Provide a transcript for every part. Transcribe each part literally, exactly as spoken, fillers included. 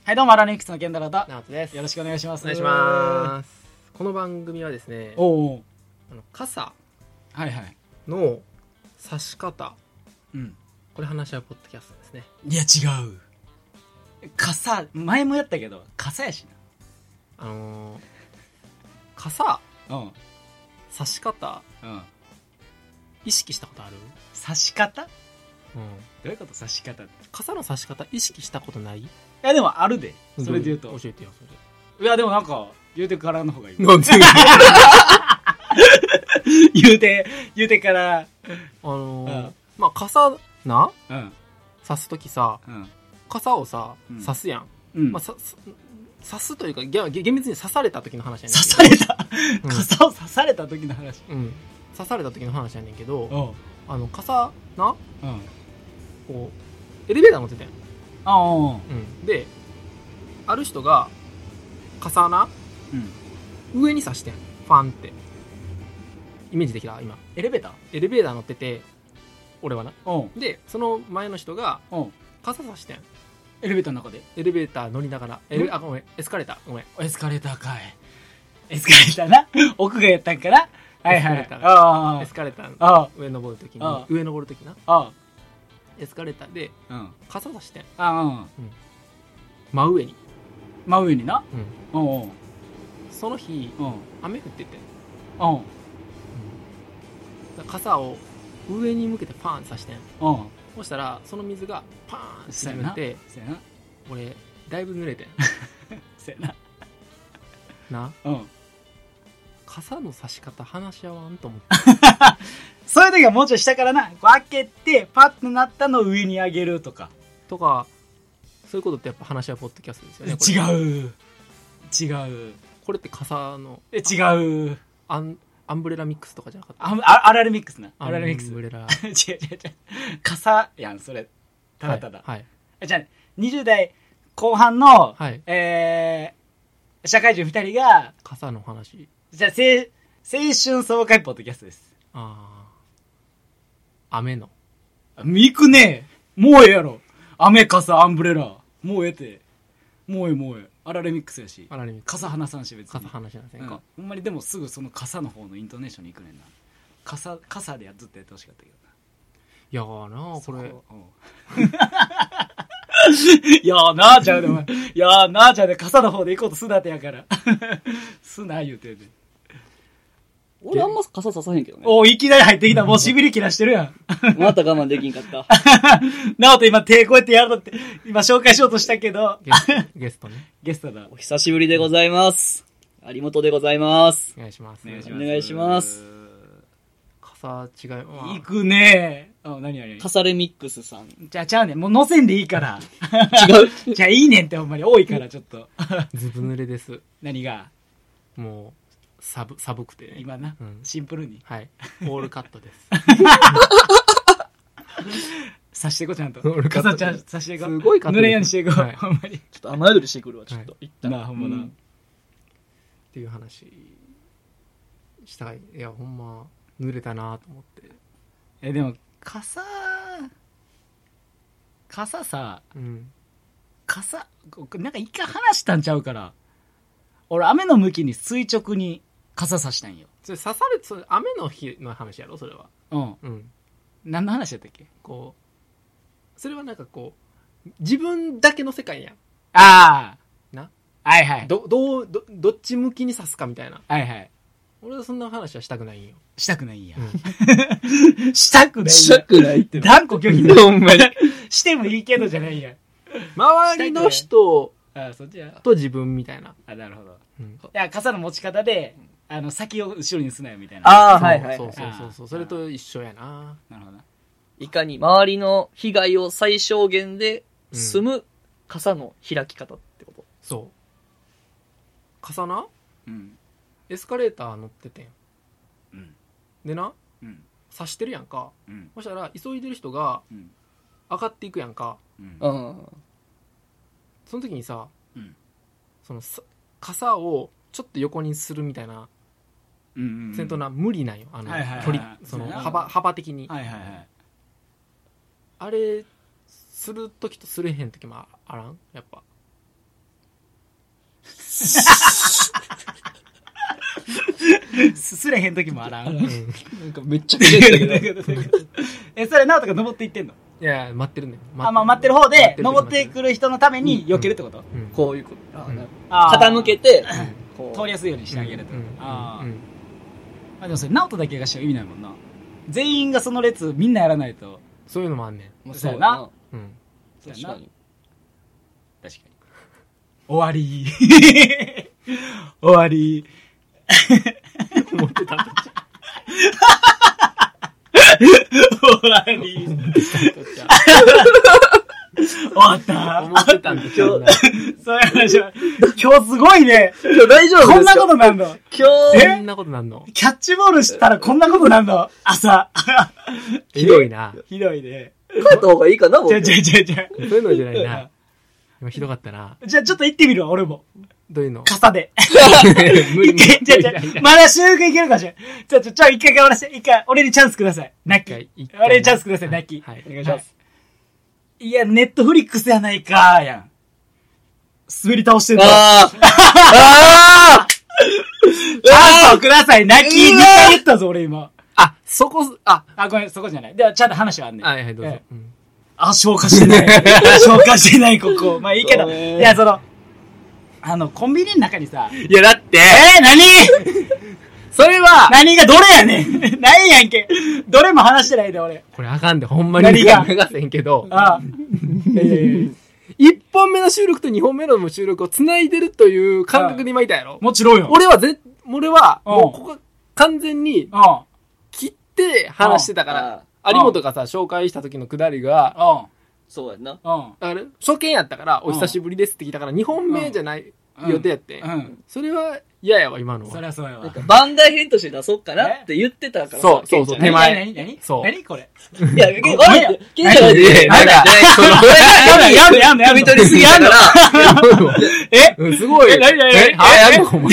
はいどうもアラネックスの健太郎と直人です。 よろしくお願いします。 お願いします。この番組はですね、 おうおうあの傘はいはいの差し方、 うんこれ話し合うポッドキャストですね。 いや違う傘前もやったけど傘やしあのー、傘なうん差し方うん意識したことある？ 差し方うん。 どういうこと差し方って傘の差し方意識したことない？ いやでもあるでそれで言うと教えてよそいれ。 やでもなんか言うてからの方がいいなんで？ 言うて言うてからあのーうん、 まあ傘なうん差すときさ、 うん傘をさうん差すやん。 うんまあさ刺すというか厳密に刺された時の話やねん刺けど。 された、 うん傘を刺された時の話うん。刺された時の話やねんけど、 おうあの傘なうんこうエレベーター乗ってたやん。 あおううん。で、ある人が傘なうん上に刺してん。ファンって。イメージできた今。 エレベーターエレベーター乗ってて、俺はな。 おうで、その前の人がおう傘刺してん。 エレベーターの中でエレベーター乗りながら。エレんあ、ごめん。エスカレーター。ごめん。 エスカレーターかいエスカレーターな奥がやったんかなはいはいエスカレーターああエスカレーターああ上登るときにああ、 上登るときな。 あエスカレーターであうん傘刺してん。 あうん真上に。 真上になうん。 うんうんその日、 うん雨降ってて。 うん傘を上に向けてパーン刺してん。 うんそしたらその水がパーンってそうやな沈めて、 そうやな俺だいぶ濡れてんそうやなな。 うん傘の差し方話し合わんと思ってそういう時はもうちょい下からなこう開けてパッとなったのを上に上げるとかとか、そういうことってやっぱ話し合うポッドキャストですよね。これ違う違うこれって傘のえ違うアンアンブレラミックスとかじゃなかった？ あああられミックスなあられミックスアンブレラ違う違う違う傘やんそれただただ、 はいえじゃあにじゅう代後半の、 はい、 えー、社会人ふたりが傘の話。 じゃあ青青春爽快ポッドキャストですああ、雨の行くねもうええやろ雨傘アンブレラもうええてもうええもうええあられミックスやしあられミックス傘離さんし別に傘話しませんうんか？ ほんまにでもすぐその傘の方のイントネーションに行くねんな傘傘でやずっとやってほしかったけどないやーなーこれそうんいやーなーちゃうでお前いやーなーちゃうで傘の方で行こうとすなってやからすな言うてんで俺あんま傘ささへんけどね。 おーいきなり入ってきたもうしびり切らしてるやんまた我慢できんかった。 なおと今手こうやってやるのって今紹介しようとしたけどゲストゲストね。 ゲストだお久しぶりでございます。有本でございます。 お願いします。 お願いします傘違い、まあ行くねーあ何何カサレミックスさん。 じゃあちゃうねんもう乗せんでいいから違うじゃあいいねんってほんまに多いからちょっとずぶ濡れです。 何がもう寒寒くてね。 今な、 うんシンプルにはい。オールカットです。 さしていこうちゃんと俺カット傘ちゃんさしていこうすごいカットです濡れんようにしていこう、 はいほんまにちょっと雨宿りしてくるわ、ちょっと。一旦。 なあほんまな、 うんっていう話したい。いやほんま濡れたなと思って。 えでも傘傘さうん。 傘こなんか一回話したんちゃうから俺雨の向きに垂直に傘さしたんよそれ刺されそれ雨の日の話やろそれは。 うんうん。 何の話やったっけこうそれはなんかこう自分だけの世界やん。 ああな。 はいはいどどうどどっち向きに刺すかみたいな。 はいはい俺はそんな話はしたくないんよ。 したくないんや、 うんしたくないんやしたくないって。 断固拒否だほんまに。 してもいいけどじゃないんや周りの人ああそっちやと自分みたいな。 あなるほどうん。 いや傘の持ち方であの先を後ろにすなよみたいなああ、はいはいはい。 そうそうそうそう。それと一緒やな。 なるほどないかに周りの被害を最小限で済む傘の開き方ってこと。 そう。傘なうんエスカレーター乗っててん。 うんでなうん刺してるやんか。 うんそしたら急いでる人がうん上がっていくやんか。 うんうん。 その時にさ、 うんそのさ傘をちょっと横にするみたいな、 うんうんせんとな無理なんよ。あの、 はいはいはい距離そのそうやな幅幅的に。 はいはいはいあれする時とすれへん時もあらんやっぱ。 すすれへん時もあらん。 なんかめっちゃくちゃやったけど。 え、それ、ナオトが登っていってんの？ いや、待ってるね。 あ、まあ待ってる方で、登ってるくる人のために避けるってこと？ うんこういうこと。あうんなるあー傾けて、こう通りやすいようにしてあげると。 うんあーうんあ、でもそれ、ナオトだけがしちゃ意味ないもんな。全員がその列みんなやらないと。 そういうのもあんねん。 まあそうやなな。 うん。 確かに。 確かに。終わり。終わり。 思ってたんだ。 終わり。終わった。 思ってたんだ、今日。 そういう話は。今日すごいね。 今日大丈夫ですかこんなことなんの？ 今え日、 そんなことなんの？ キャッチボールしたらこんなことなんの？朝。 ひどいな。 ひどいね。 帰った方がいいかな、僕。 じゃあじゃあじゃあじゃそういうのじゃないな。今ひどかったな。 あじゃあちょっと行ってみるわ、俺も。 どういうの？ 傘で。 無理一回、じゃあじゃあまだ収録いけるかしら。ちょ、ちょ、ちょ、一回頑張らせて。一回、俺にチャンスください。ナッキー。 一回俺にチャンスください、ナッキー。 はい。 お願いします。 いや、ネットフリックスやないかやん。滑り倒してんの。 あーあチャンスをください、ナッキー。にかい言ったぞ、俺今。 あ、そこ、あ、 あ、ごめん、そこじゃない。では、ちゃんと話はあんねん。 はいはい、どうぞえ。 うんあ、消化してない。消化してない、ここ。まあいいけど。 ごめんいや、その、あの、コンビニの中にさ、 いや、だって、 えー、何それは、 何がどれやねんないやんけ。どれも話してないで、俺。 これあかんで、ほんまに何が流せんけど、 ああ。いやいやいやいっぽんめの収録とにほんめの収録を繋いでるという感覚で今いたやろ。 もちろんよ。 俺はぜ、俺は、 うんもうここ完全にうん。うん。 切って話してたから、有本がさ、紹介した時のくだりが、 そうやんな。 うん。 あれ、初見やったから、お久しぶりですって聞いたから、にほんめじゃない予定やって。 うん。 それは嫌やわ、今のそは。 りゃそうやわ。 バンダイ編として出そうかなって言ってたからさ。 そうそうそうケンちゃん手前何何何そう何これ。 いや、ケンごめん悪いって。ケンちゃんがいやいやなんかそのやんのやんのやんのやんの。 汲み取りすぎたから、 えうんすごい。 え何何何えはやんのお前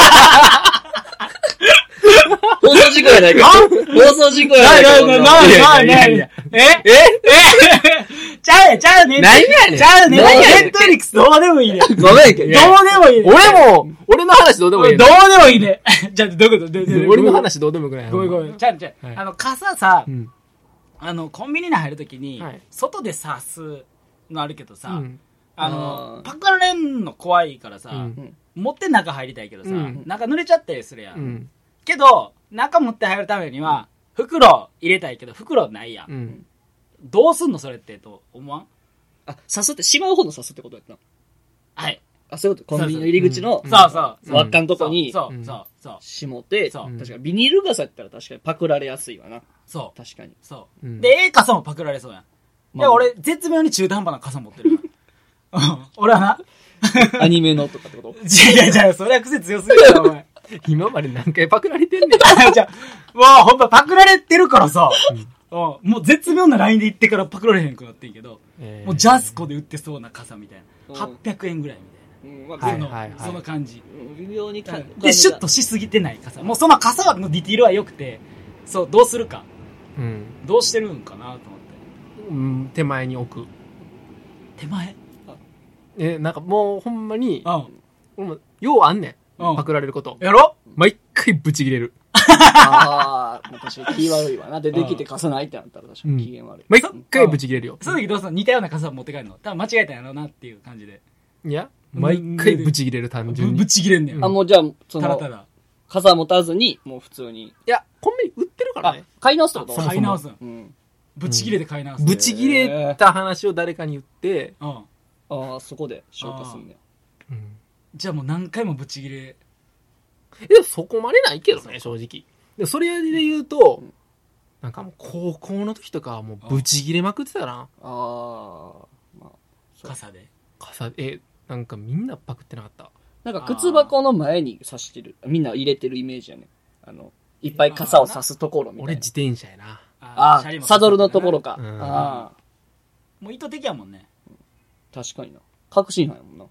放送事故やないか。放送事故やないか。 な、 こんなな、な、 いやな、 いやいやな、えええちゃうねん、ちゃうねん。 何やねんちゃうねん。 何やねんネットフリックスどうでもいいねん。どうごめんけど。 でもいいねん。 俺も、俺の話どうでもいいどうよ。 でもいいねん。じゃあ、どういうことどういうこと俺の話どうでもよくない。 ごめんごめん。ちゃうちゃうはいあの、傘さう、ん。 あの、コンビニに入るときにはい、 外で刺すのあるけどさ、 うん。 ああのー、 パクられんの怖いからさう、ん。 持って中入りたいけどさうん、 中濡れちゃったりするや。 うんん。 けど、中持って入るためには、袋入れたいけど、袋ないやん。 うん。 どうすんのそれってと思わん？ あ、刺すって、しまう方の刺すってことやったのはい。 あ、そういうこと。コンビニの入り口のうんそうそう。 うん輪っかのとこに、 そうそうそうそう。 しもて、 そう確かにビニール傘やったら確かにパクられやすいわな。 そう。 確かに。 そう。 うんで、ええ傘もパクられそうやん。 まあで、俺、絶妙に中途半端な傘持ってるやん。うん俺はな。 アニメのとかってこといやいや、それは癖強すぎるやろ、お前。 今まで何回パクられてんねん。 じゃあもうほんまパクられてるからさ、うんもう絶妙なラインで行ってからパクられへんくなってんけど、 えーもうジャスコで売ってそうな傘みたいな。 うんはっぴゃくえんぐらいみうん、まあ、 たいな。その、 はいはいはいその感じ。 微妙にか、 で、シュッとしすぎてない傘。もうその傘のディティールは良くて、そう、どうするか。 うん。 どうしてるんかなと思って。 うん。手前に置く。 手前え、なんかもうほんまに、 うん。 俺も、ようあんねん。 うんパクられること。 やろ毎回ブチ切れる。 ああ、確かに気悪いわな。出てきて貸さないってなったら確かに機嫌悪い。 毎回ブチ切れるよ。 その時どうすんの似たような傘持って帰るの多分間違えたんやろうなっていう感じで。 いや、毎回ブチ切れる単純に。 ぶぶいち切れんねん。 あ、もうじゃあ、その、 ただただ。 傘持たずに、もう普通に。 や、コンビニ売ってるからあね。、 買い直すってことあ買い直すん。 うん。 ぶち切れで買い直す。 ブチ切れた話を誰かに言って、 うん。 ああ、そこで消化すんね。 うん。 じゃあもう何回もぶち切れ。 え、そこまでないけどね、正直。で、それで言うと、なんかもう高校の時とかはもうブチ切れまくってたな。 ああ、まあ。そう傘で。 傘、え、なんかみんなパクってなかった。 なんか靴箱の前に刺してる。みんな入れてるイメージやね。あの、いっぱい傘を刺すところみたいな。 俺自転車やな。 ああ、 シャリもサドルのところか。 うんああ、 もう意図的やもんね。 確かにな。確信犯やもんな。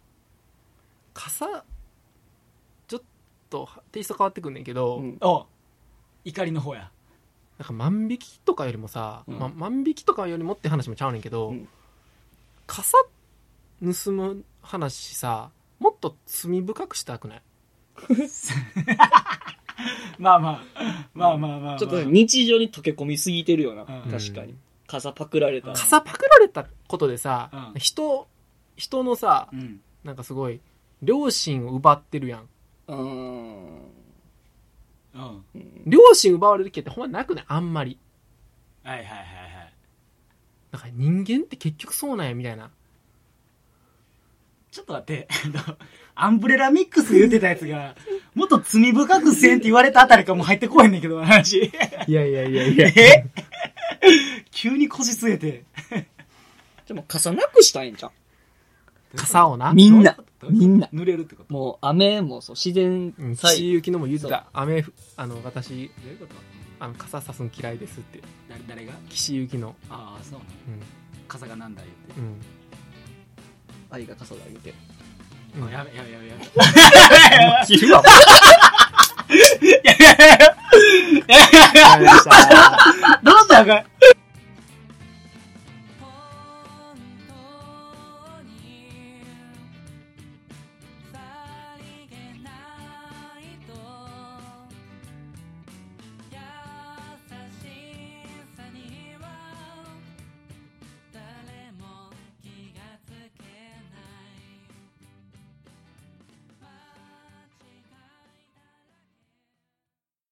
傘、ちょっとテイスト変わってくんねんけど、 うん。 おう怒りの方や。 なんか万引きとかよりもさ、 うんま、万引きとかよりもって話もちゃうねんけど、 うん傘盗む話さ、 もっと罪深くしたくない？ まあまあ、まあまあまあ、まあ。 ちょっと日常に溶け込みすぎてるよな。 うん確かに。傘パクられた。 傘パクられたことでさ、 うん人、人のさ、 うん。 なんかすごい、良心を奪ってるやん。 うーん。 うん。 良心奪われる気ってほんまなくない？あんまり。 はいはいはいはい。 だから人間って結局そうなんや、みたいな。 ちょっと待って、アンブレラミックス言ってたやつが、もっと罪深くせんって言われたあたりからもう入ってこへんねんけど、話。 いやいやいやいや。 え急に腰据えて。 でも傘なくしたいんじゃん。 傘をな。 みんなどういうことみんな濡れるってこと？ もう雨もそう、自然うん、 災岸由紀のも言ってそうた。雨、あの、私、 どういうこと？ あの、傘さすん嫌いですって。 誰誰が？ 岸由紀の。 ああ、そうなの。 う傘がなんだ言って。 ん。うん。 愛が傘だ言うて。 うんあやめやめやめやめ。 切るわ。 いやいやいやいやいやいやわかりましたどうしたらあかん